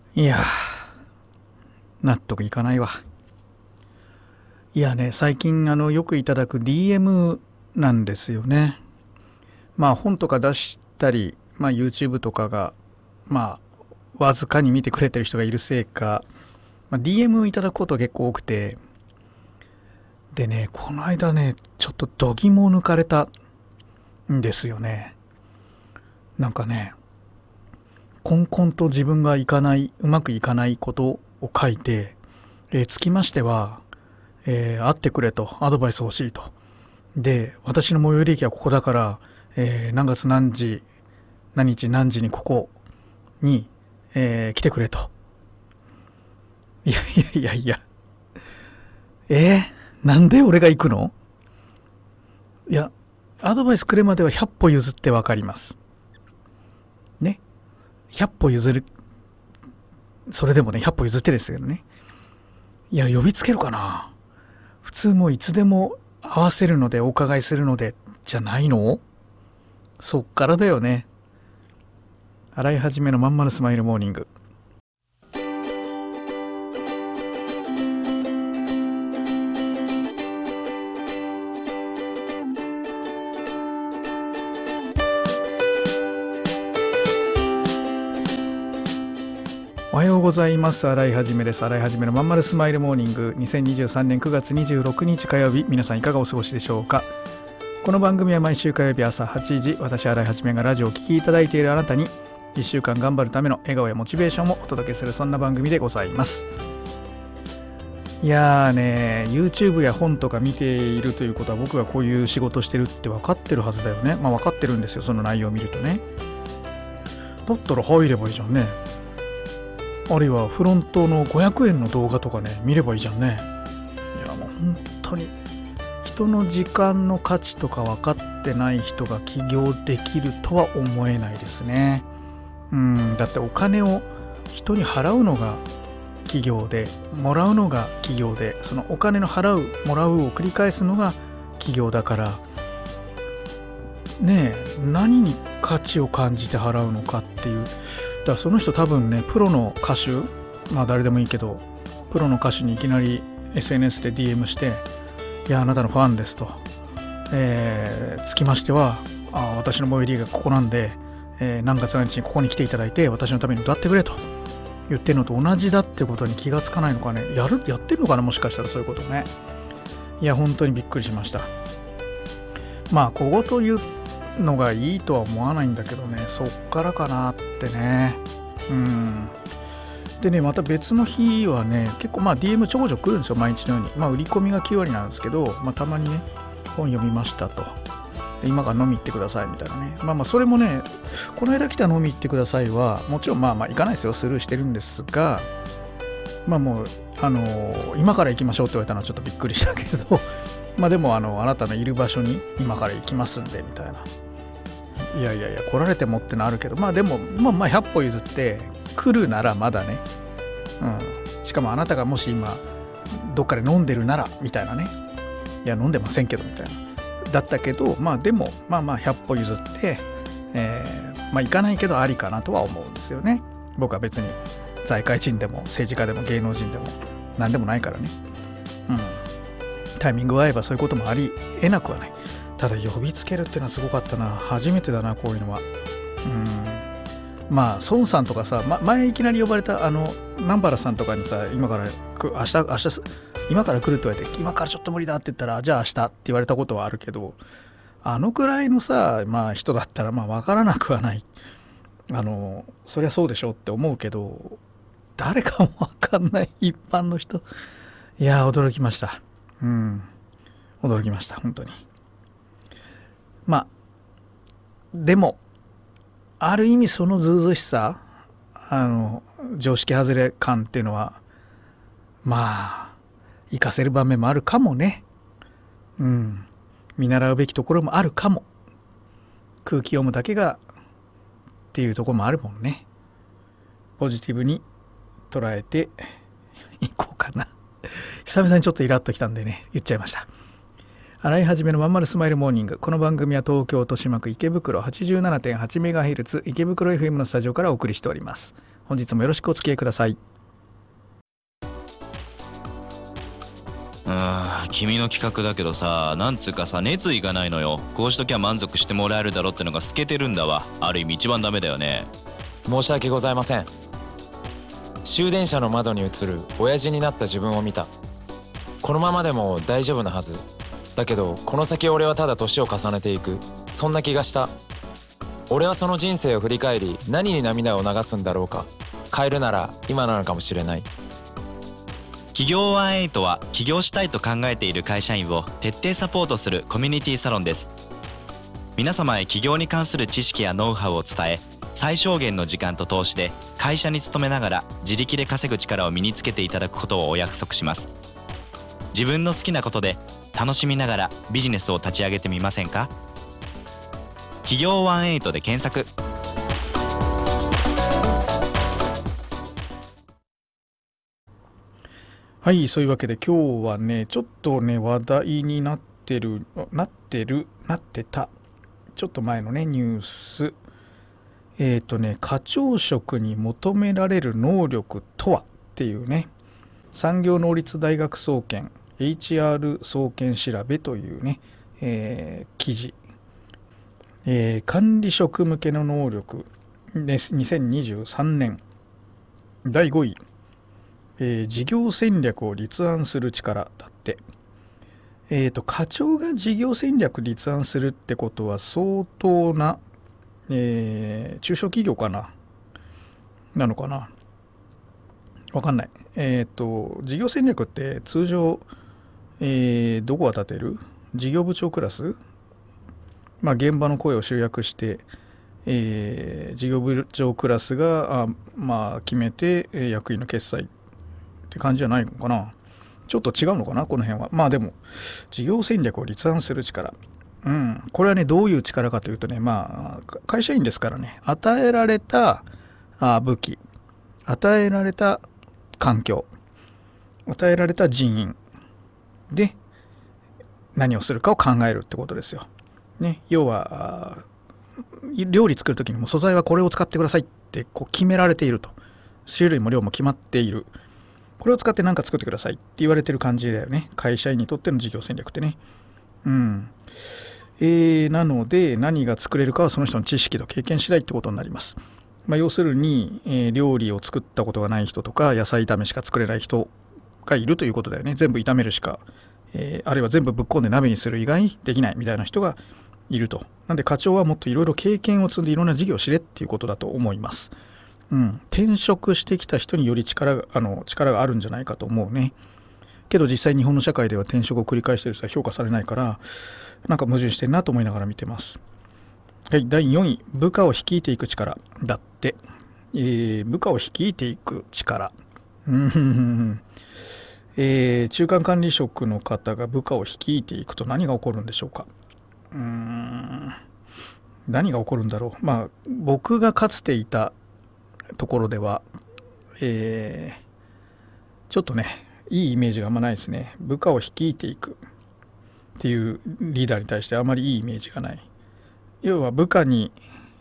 いや納得いかないわ。いやね、最近よくいただく DM なんですよね。まあ本とか出したり、YouTube とかがまわずかに見てくれてる人がいるせいか、DM いただくこと結構多くて、でね、この間ねちょっと度肝を抜かれたんですよね。なんかね、こんこんと自分がうまくいかないことを書いて、つきましては、会ってくれと、アドバイス欲しいと。で、私の最寄り駅はここだから、何月何時、何日何時にここに、来てくれと。いやいやいやいや、なんで俺が行くの？いや、アドバイスくれまでは100歩譲ってわかります。ね。100歩譲る、それでもね、100歩譲ってですけどね。いや、呼びつけるかな。普通もういつでも合わせるのでお伺いするのでじゃないの？そっからだよね。洗い始めのまんまるスマイルモーニング。おはようございます。洗い始めです。洗い始めのまんまるスマイルモーニング。2023年9月26日火曜日、皆さんいかがお過ごしでしょうか。この番組は毎週火曜日朝8時、私洗い始めがラジオを聴きいただいているあなたに1週間頑張るための笑顔やモチベーションをお届けする、そんな番組でございます。いやーね、 YouTube や本とか見ているということは、僕がこういう仕事してるって分かってるはずだよね。分かってるんですよ、その内容を見るとね。だったら入ればいいじゃんね。あるいはフロントの500円の動画とかね、見ればいいじゃんね。いや、もう本当に人の時間の価値とか分かってない人が起業できるとは思えないですね。だってお金を人に払うのが起業で、もらうのが起業で、そのお金の払うもらうを繰り返すのが起業だからね。何に価値を感じて払うのかっていう。だからその人多分ね、プロの歌手、誰でもいいけど、プロの歌手にいきなり SNS で DM して、いやあなたのファンですと、つきましては私の最寄りがここなんで、何月何日にここに来ていただいて私のために歌ってくれと言ってるのと同じだってことに気がつかないのかね。やってるのかな、もしかしたらそういうことね。いや本当にびっくりしました。小言言うのがいいとは思わないんだけどね、そっからかなってね。でね、また別の日はね、結構DM ちょこちょこ来るんですよ、毎日のように。売り込みが9割なんですけど、たまにね、本読みましたと。で今から飲み行ってくださいみたいなね。それもね、この間来た飲み行ってくださいは、もちろん行かないですよ、スルーしてるんですが、もう、今から行きましょうって言われたのはちょっとびっくりしたけど、でもあなたのいる場所に今から行きますんでみたいな。いや来られてもってのあるけど、でも100歩譲って来るならまだね、しかもあなたがもし今どっかで飲んでるならみたいなね。いや飲んでませんけどみたいなだったけど、でも100歩譲って、行かないけどありかなとは思うんですよね。僕は別に財界人でも政治家でも芸能人でも何でもないからね。タイミングが合えばそういうこともありえなくはない。ただ呼びつけるっていうのはすごかったな。初めてだな、こういうのは。孫さんとかさ、前いきなり呼ばれた南原さんとかにさ、今から明日今から来るって言われて、今からちょっと無理だって言ったら、じゃあ明日って言われたことはあるけど、あのくらいのさ、人だったら分からなくはない。そりゃそうでしょって思うけど、誰かも分かんない一般の人、いや驚きました。驚きました本当に。でもある意味そのずうずうしさ、常識外れ感っていうのは活かせる場面もあるかもね。見習うべきところもあるかも。空気読むだけがっていうところもあるもんね。ポジティブに捉えていこうかな。久々にちょっとイラッときたんでね、言っちゃいました。洗い始めのまんまるスマイルモーニング。この番組は東京豊島区池袋 87.8MHz 池袋 FM のスタジオからお送りしております。 本日もよろしくお付き合いください。 君の企画だけどさ、なんつうかさ、熱意がないのよ。こうしときゃ満足してもらえるだろってのが透けてるんだわ。ある意味一番ダメだよね。 申し訳ございません。終電車の窓に映る親父になった自分を見た。このままでも大丈夫なはずだけど、この先俺はただ年を重ねていく、そんな気がした。俺はその人生を振り返り、何に涙を流すんだろうか。変えるなら今なのかもしれない。 企業18は起業したいと考えている会社員を徹底サポートするコミュニティサロンです。皆様へ起業に関する知識やノウハウを伝え、最小限の時間と投資で会社に勤めながら自力で稼ぐ力を身につけていただくことをお約束します。自分の好きなことで楽しみながらビジネスを立ち上げてみませんか。企業18で検索。 はい、そういうわけで今日はね、ちょっとね、話題になってた、ちょっと前のね、ニュース。課長職に求められる能力とはっていうね、産業能率大学総研 HR 総研調べというね、記事、管理職向けの能力です2023年第5位、事業戦略を立案する力だって。課長が事業戦略立案するってことは相当な、中小企業かなのかな、わかんない。事業戦略って通常、どこが立てる？事業部長クラス？現場の声を集約して、事業部長クラスが決めて、役員の決裁って感じじゃないのかな。ちょっと違うのかな、この辺は。でも事業戦略を立案する力、これはね、どういう力かというとね、会社員ですからね、与えられた武器、与えられた環境、与えられた人員で何をするかを考えるってことですよ。ね、要は料理作るときにも素材はこれを使ってくださいって決められていると。種類も量も決まっている。これを使って何か作ってくださいって言われてる感じだよね。会社員にとっての事業戦略ってね。なので何が作れるかはその人の知識と経験次第ってことになります。要するに、料理を作ったことがない人とか野菜炒めしか作れない人がいるということだよね。全部炒めるしか、あるいは全部ぶっこんで鍋にする以外できないみたいな人がいると。なんで課長はもっといろいろ経験を積んでいろんな事業を知れっていうことだと思います。転職してきた人により力があるんじゃないかと思うね。けど実際日本の社会では転職を繰り返している人は評価されないから、なんか矛盾してるなと思いながら見てます。はい、第4位、部下を率いていく力だって。部下を率いていく力。中間管理職の方が部下を率いていくと何が起こるんでしょうか。何が起こるんだろう。僕がかつていたところでは、ちょっとね、いいイメージがあんまないですね。部下を率いていくっていうリーダーに対してあまりいいイメージがない。要は部下に、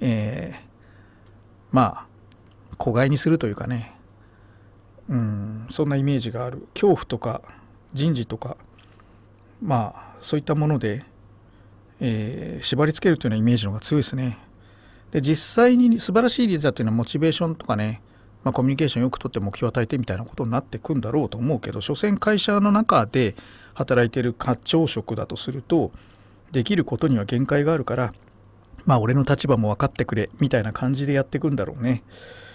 子飼いにするというかね、そんなイメージがある。恐怖とか人事とか、そういったもので、縛り付けるというようなイメージの方が強いですね。で、実際に素晴らしいリーダーというのはモチベーションとかね、コミュニケーションよくとって目標を与えてみたいなことになってくんだろうと思うけど、所詮会社の中で働いている課長職だとすると、できることには限界があるから、俺の立場も分かってくれみたいな感じでやっていくんだろうね。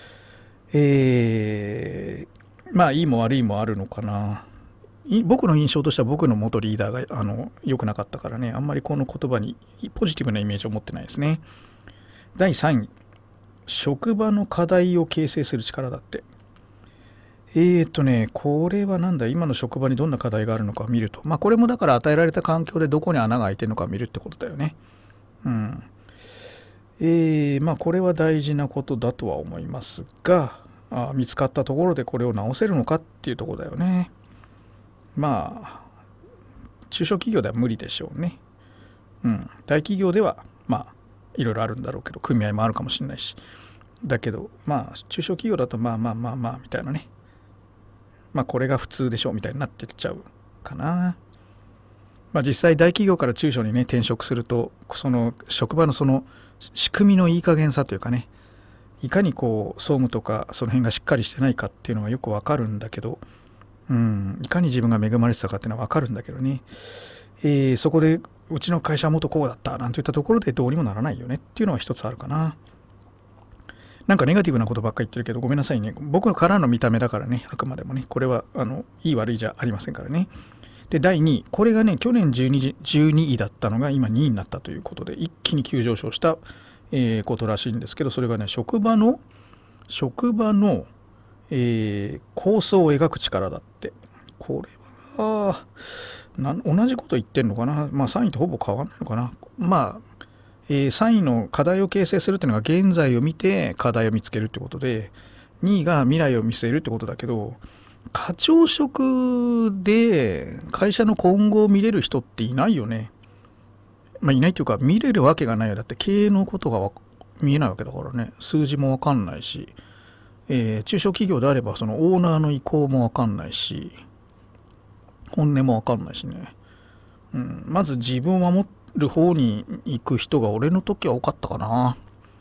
いいも悪いもあるのかな。僕の印象としては僕の元リーダーが良くなかったからね、あんまりこの言葉にポジティブなイメージを持ってないですね。第3位、職場の課題を形成する力だって。これはなんだ、今の職場にどんな課題があるのかを見ると、これもだから与えられた環境でどこに穴が開いてるのかを見るってことだよね。これは大事なことだとは思いますが、見つかったところでこれを直せるのかっていうところだよね。中小企業では無理でしょうね。大企業ではいろいろあるんだろうけど、組合もあるかもしれないし、 だけど中小企業だとまあみたいなね、これが普通でしょみたいになってっちゃうかな。実際大企業から中小にね転職すると、その職場のその仕組みのいい加減さというかね、いかにこう総務とかその辺がしっかりしてないかっていうのがよくわかるんだけど、いかに自分が恵まれてたかっていうのはわかるんだけどね、そこでうちの会社は元こうだったなんていったところでどうにもならないよねっていうのは一つあるかな。なんかネガティブなことばっかり言ってるけどごめんなさいね。僕からの見た目だからね、あくまでもね、これはいい悪いじゃありませんからね。で第2位、これがね去年12位だったのが今2位になったということで、一気に急上昇した、ことらしいんですけど、それがね職場の、構想を描く力だって。これは同じこと言ってんのかな。3位とほぼ変わんないのかな。3位の課題を形成するっていうのが現在を見て課題を見つけるってことで、2位が未来を見据えるってことだけど、課長職で会社の今後を見れる人っていないよね。いないというか見れるわけがないよ。だって経営のことが見えないわけだからね。数字も分かんないし、中小企業であればそのオーナーの意向も分かんないし、本音も分かんないしね。まず自分を守る方に行く人が俺の時は多かったかな。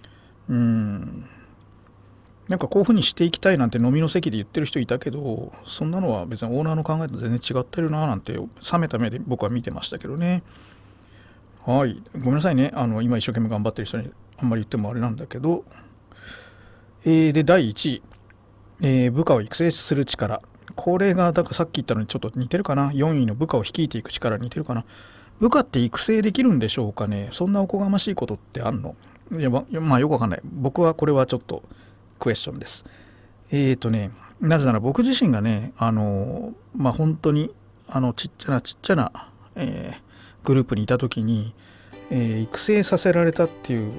なんかこういうふうにしていきたいなんて飲みの席で言ってる人いたけど、そんなのは別にオーナーの考えと全然違ってるななんて冷めた目で僕は見てましたけどね。はい、ごめんなさいね。今一生懸命頑張ってる人にあんまり言ってもあれなんだけど、で第1位、部下を育成する力。これがだからさっき言ったのにちょっと似てるかな。4位の部下を率いていく力に似てるかな。部下って育成できるんでしょうかね。そんなおこがましいことってあんの？よくわかんない。僕はこれはちょっとクエスチョンです。なぜなら僕自身がね、本当にちっちゃな、グループにいた時に、育成させられたっていう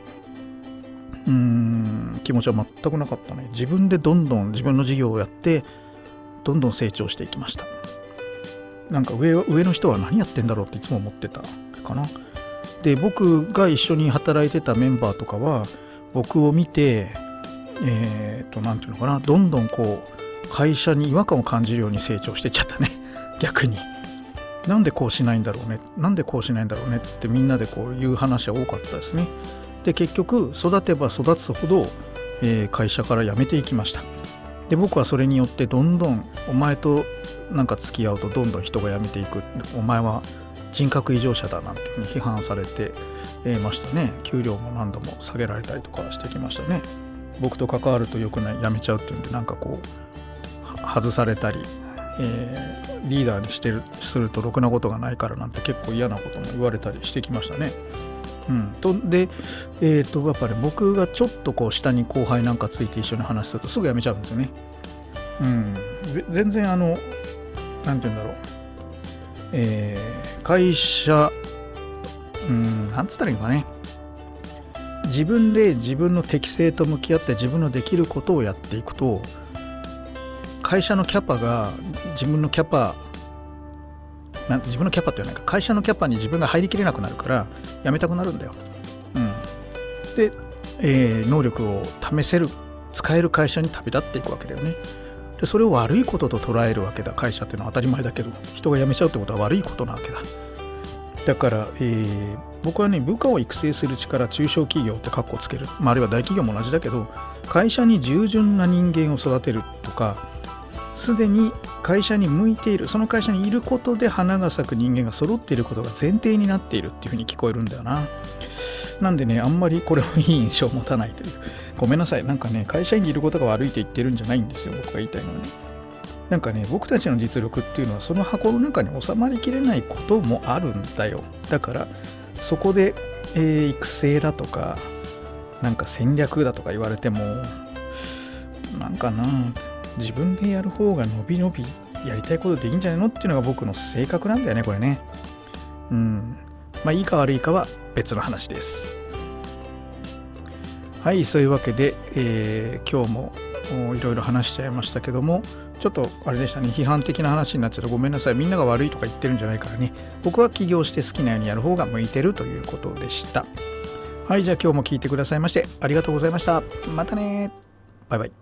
気持ちは全くなかったね。自分でどんどん自分の事業をやってどんどん成長していきました。なんか上の人は何やってんだろうっていつも思ってたかな。で僕が一緒に働いてたメンバーとかは僕を見てなんていうのかな、どんどんこう会社に違和感を感じるように成長していっちゃったね。逆になんでこうしないんだろうねってみんなでこういう話は多かったですね。で結局育てば育つほど、会社から辞めていきました。で僕はそれによってどんどんお前となんか付き合うとどんどん人が辞めていく、お前は人格異常者だなんていうふうに批判されてましたね。給料も何度も下げられたりとかしてきましたね。僕と関わると良くない、辞めちゃうっていうんでなんかこう外されたり、リーダーにするとろくなことがないからなんて結構嫌なことも言われたりしてきましたね。で、やっぱり僕がちょっとこう下に後輩なんかついて一緒に話するとすぐ辞めちゃうんですよね。全然なんて言うんだろう、会社なんつったらいいのかね、自分で自分の適性と向き合って自分のできることをやっていくと、会社のキャパが自分のキャパっていうのは会社のキャパに自分が入りきれなくなるから辞めたくなるんだよ。で、能力を使える会社に旅立っていくわけだよね。でそれを悪いことと捉えるわけだ。会社っていうのは当たり前だけど、人が辞めちゃうってことは悪いことなわけだ。だから、僕はね、部下を育成する力、中小企業ってカッコつける、あるいは大企業も同じだけど、会社に従順な人間を育てるとか、すでに会社に向いている、その会社にいることで花が咲く人間が揃っていることが前提になっているっていうふうに聞こえるんだよな。なんでね、あんまりこれをいい印象を持たないという。ごめんなさい。なんかね、会社員にいることが悪いと言ってるんじゃないんですよ、僕が言いたいのはね。なんかね、僕たちの実力っていうのはその箱の中に収まりきれないこともあるんだよ。だからそこで、育成だとかなんか戦略だとか言われてもなんかな、自分でやる方が伸び伸びやりたいことでいいんじゃないのっていうのが僕の性格なんだよね、これね。いいか悪いかは別の話です。はい、そういうわけで、今日もいろいろ話しちゃいましたけども、ちょっとあれでしたね、批判的な話になっちゃうとごめんなさい。みんなが悪いとか言ってるんじゃないからね。僕は起業して好きなようにやる方が向いてるということでした。 はい、じゃあ今日も聞いてくださいましてありがとうございました。またね。バイバイ。